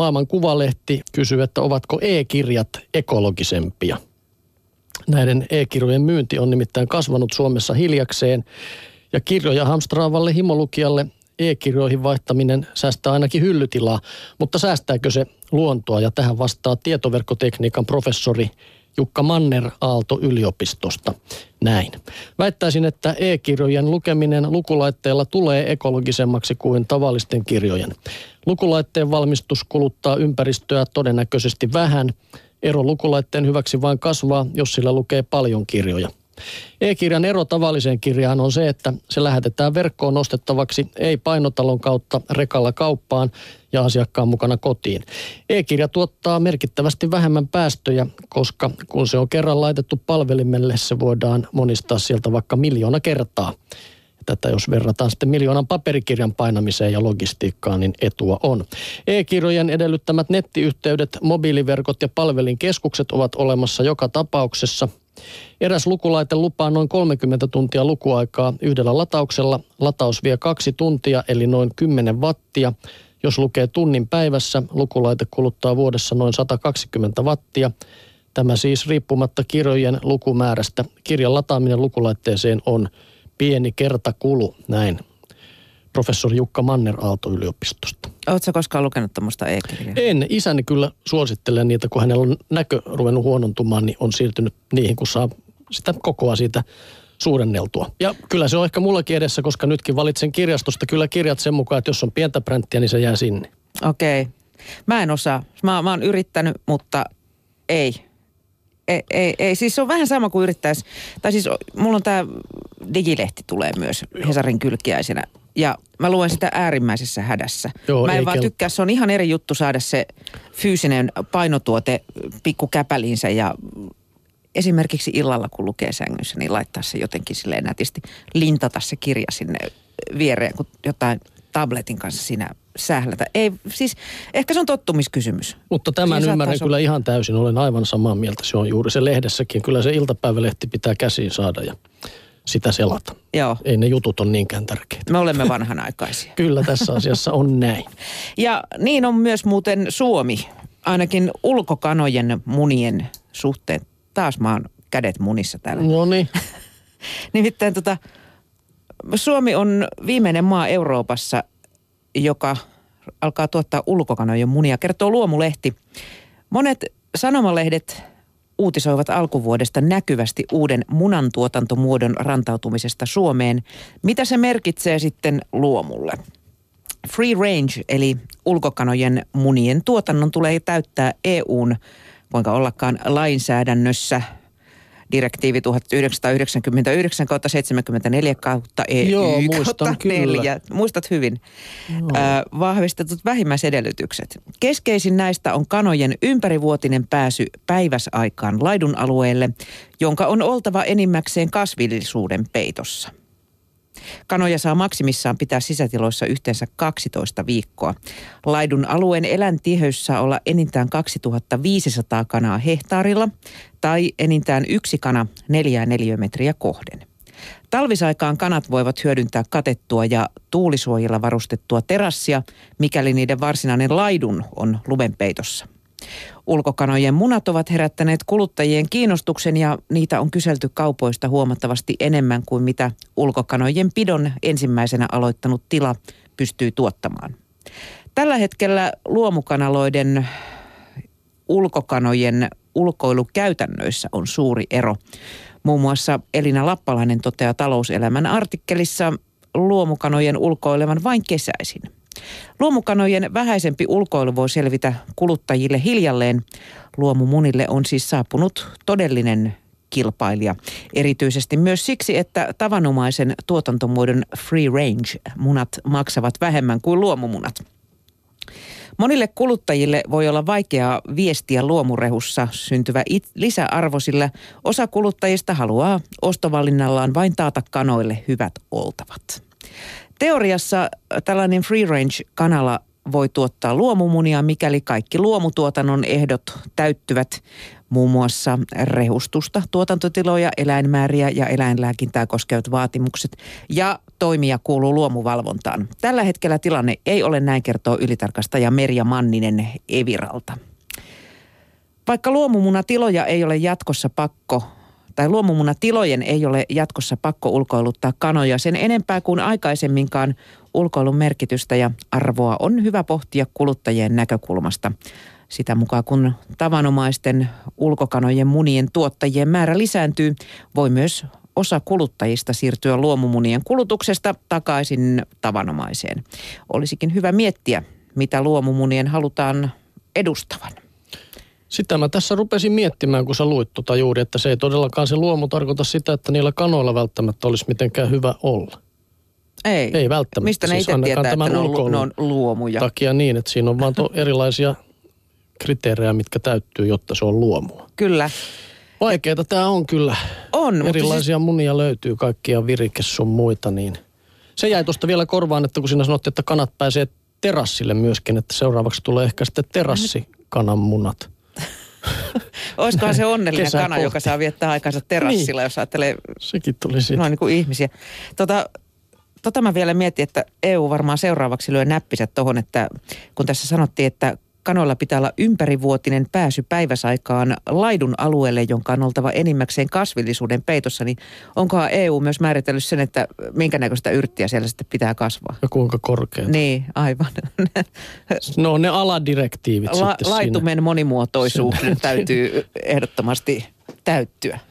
Maailman Kuvalehti kysyy, että ovatko e-kirjat ekologisempia. Näiden e-kirjojen myynti on nimittäin kasvanut Suomessa hiljakseen ja kirjoja hamstraavalle himolukijalle e-kirjoihin vaihtaminen säästää ainakin hyllytilaa, mutta säästääkö se luontoa? Ja tähän vastaa tietoverkkotekniikan professori Jukka Manner Aalto-yliopistosta. Näin. Väittäisin, että e-kirjojen lukeminen lukulaitteella tulee ekologisemmaksi kuin tavallisten kirjojen. Lukulaitteen valmistus kuluttaa ympäristöä todennäköisesti vähän. Ero lukulaitteen hyväksi vain kasvaa, jos sillä lukee paljon kirjoja. E-kirjan ero tavalliseen kirjaan on se, että se lähetetään verkkoon nostettavaksi ei painotalon kautta rekalla kauppaan ja asiakkaan mukana kotiin. E-kirja tuottaa merkittävästi vähemmän päästöjä, koska kun se on kerran laitettu palvelimelle, se voidaan monistaa sieltä vaikka 1,000,000 kertaa. Tätä jos verrataan sitten 1,000,000 paperikirjan painamiseen ja logistiikkaan, niin etua on. E-kirjojen edellyttämät nettiyhteydet, mobiiliverkot ja palvelinkeskukset ovat olemassa joka tapauksessa. Eräs lukulaite lupaa noin 30 tuntia lukuaikaa yhdellä latauksella. Lataus vie 2 tuntia eli noin 10 wattia. Jos lukee tunnin päivässä, lukulaite kuluttaa vuodessa noin 120 wattia. Tämä siis riippumatta kirjojen lukumäärästä. Kirjan lataaminen lukulaitteeseen on pieni kertakulu, näin. Professori Jukka Manner Aalto-yliopistosta. Oletko koskaan lukenut tämmöistä e-kirjaa? En. Isäni kyllä suosittelee niitä, kun hänellä on näkö ruvennut huonontumaan, niin on siirtynyt niihin, kun saa sitä kokoa siitä suurenneltua. Ja kyllä se on ehkä mullakin edessä, koska nytkin valitsen kirjastosta kyllä kirjat sen mukaan, että jos on pientä pränttiä, niin se jää sinne. Okei. Mä en osaa. Mä oon yrittänyt, mutta ei. Ei, siis se on vähän sama kuin yrittäisi, tai siis mulla on tää digilehti tulee myös Hesarin kylkiäisenä. Ja mä luen sitä äärimmäisessä hädässä. Joo, mä en vaan tykkää, se on ihan eri juttu saada se fyysinen painotuote pikkukäpäliinsä ja esimerkiksi illalla kun lukee sängyssä, niin laittaa se jotenkin silleen nätisti, lintata se kirja sinne viereen, kun jotain tabletin kanssa siinä sählätä. Ei, siis ehkä se on tottumiskysymys. Mutta tämän ymmärrän kyllä ihan täysin, olen aivan samaa mieltä. Se on juuri se lehdessäkin. Kyllä se iltapäivälehti pitää käsiin saada ja sitä selata. Joo. Ei ne jutut ole niinkään tärkeitä. Me olemme vanhanaikaisia. Kyllä tässä asiassa on näin. Ja niin on myös muuten Suomi, ainakin ulkokanojen munien suhteen. Taas mä oon kädet munissa täällä. No niin. Nimittäin Suomi on viimeinen maa Euroopassa, joka alkaa tuottaa ulkokanojen munia, kertoo Luomulehti. Monet sanomalehdet uutisoivat alkuvuodesta näkyvästi uuden munantuotantomuodon rantautumisesta Suomeen. Mitä se merkitsee sitten luomulle? Free range eli ulkokanojen munien tuotannon tulee täyttää EUn, kuinka ollakaan lainsäädännössä, direktiivi 1999/74/EY. Joo, muistan kyllä. Muistat hyvin. Vahvistetut vähimmäisedellytykset. Keskeisin näistä on kanojen ympärivuotinen pääsy päiväsaikaan laidun alueelle, jonka on oltava enimmäkseen kasvillisuuden peitossa. Kanoja saa maksimissaan pitää sisätiloissa yhteensä 12 viikkoa. Laidun alueen eläintiheys saa olla enintään 2500 kanaa hehtaarilla tai enintään 1 kana 4 neliömetriä kohden. Talvisaikaan kanat voivat hyödyntää katettua ja tuulisuojilla varustettua terassia, mikäli niiden varsinainen laidun on lumenpeitossa. Ulkokanojen munat ovat herättäneet kuluttajien kiinnostuksen ja niitä on kyselty kaupoista huomattavasti enemmän kuin mitä ulkokanojen pidon ensimmäisenä aloittanut tila pystyy tuottamaan. Tällä hetkellä luomukanaloiden ulkokanojen ulkoilukäytännöissä on suuri ero. Muun muassa Elina Lappalainen toteaa Talouselämän artikkelissa luomukanojen ulkoilevan vain kesäisin. Luomukanojen vähäisempi ulkoilu voi selvitä kuluttajille hiljalleen. Luomumunille on siis saapunut todellinen kilpailija. Erityisesti myös siksi, että tavanomaisen tuotantomuodon free range munat maksavat vähemmän kuin luomumunat. Monille kuluttajille voi olla vaikeaa viestiä luomurehussa syntyvä lisäarvo, sillä osa kuluttajista haluaa ostovalinnallaan vain taata kanoille hyvät oltavat. Teoriassa tällainen free range kanala voi tuottaa luomumunia, mikäli kaikki luomutuotannon ehdot täyttyvät, muun muassa rehustusta, tuotantotiloja, eläinmääriä ja eläinlääkintää koskevat vaatimukset ja toimija kuuluu luomuvalvontaan. Tällä hetkellä tilanne ei ole näin, kertoo ylitarkastaja Merja Manninen Eviralta. Vaikka luomumunatilojen ei ole jatkossa pakko ulkoiluttaa kanoja sen enempää kuin aikaisemminkaan, ulkoilun merkitystä ja arvoa on hyvä pohtia kuluttajien näkökulmasta. Sitä mukaan kun tavanomaisten ulkokanojen munien tuottajien määrä lisääntyy, voi myös osa kuluttajista siirtyä luomumunien kulutuksesta takaisin tavanomaiseen. Olisikin hyvä miettiä, mitä luomumunien halutaan edustavan. Sitä mä tässä rupesin miettimään, kun sä luit juuri, että se ei todellakaan se luomu tarkoita sitä, että niillä kanoilla välttämättä olisi mitenkään hyvä olla. Ei välttämättä. Mistä ne itse tietää, että ne on luomuja? Takia niin, että siinä on vaan erilaisia kriteerejä, mitkä täyttyy, jotta se on luomua. Kyllä. Vaikeeta tämä on kyllä. On. Erilaisia munia löytyy, kaikkia virike sun muita, niin se jäi tuosta vielä korvaan, että kun sinä sanottiin, että kanat pääsee terassille myöskin, että seuraavaksi tulee ehkä sitten terassikananmunat. Olisikohan se onnellinen kana, joka saa viettää aikansa terassilla, niin. Jos ajattelee sekin tuli siitä. Niin kuin ihmisiä. Mä vielä mietin, että EU varmaan seuraavaksi lyö näppiset tuohon, että kun tässä sanottiin, että kanoilla pitää olla ympärivuotinen pääsy päiväsaikaan laidun alueelle, jonka on oltava enimmäkseen kasvillisuuden peitossa, niin onkohan EU myös määritellyt sen, että minkä näköistä yrttiä siellä sitten pitää kasvaa? Ja kuinka korkeata? Niin, aivan. No ne aladirektiivit sitten laitumen monimuotoisuus täytyy ehdottomasti täyttyä.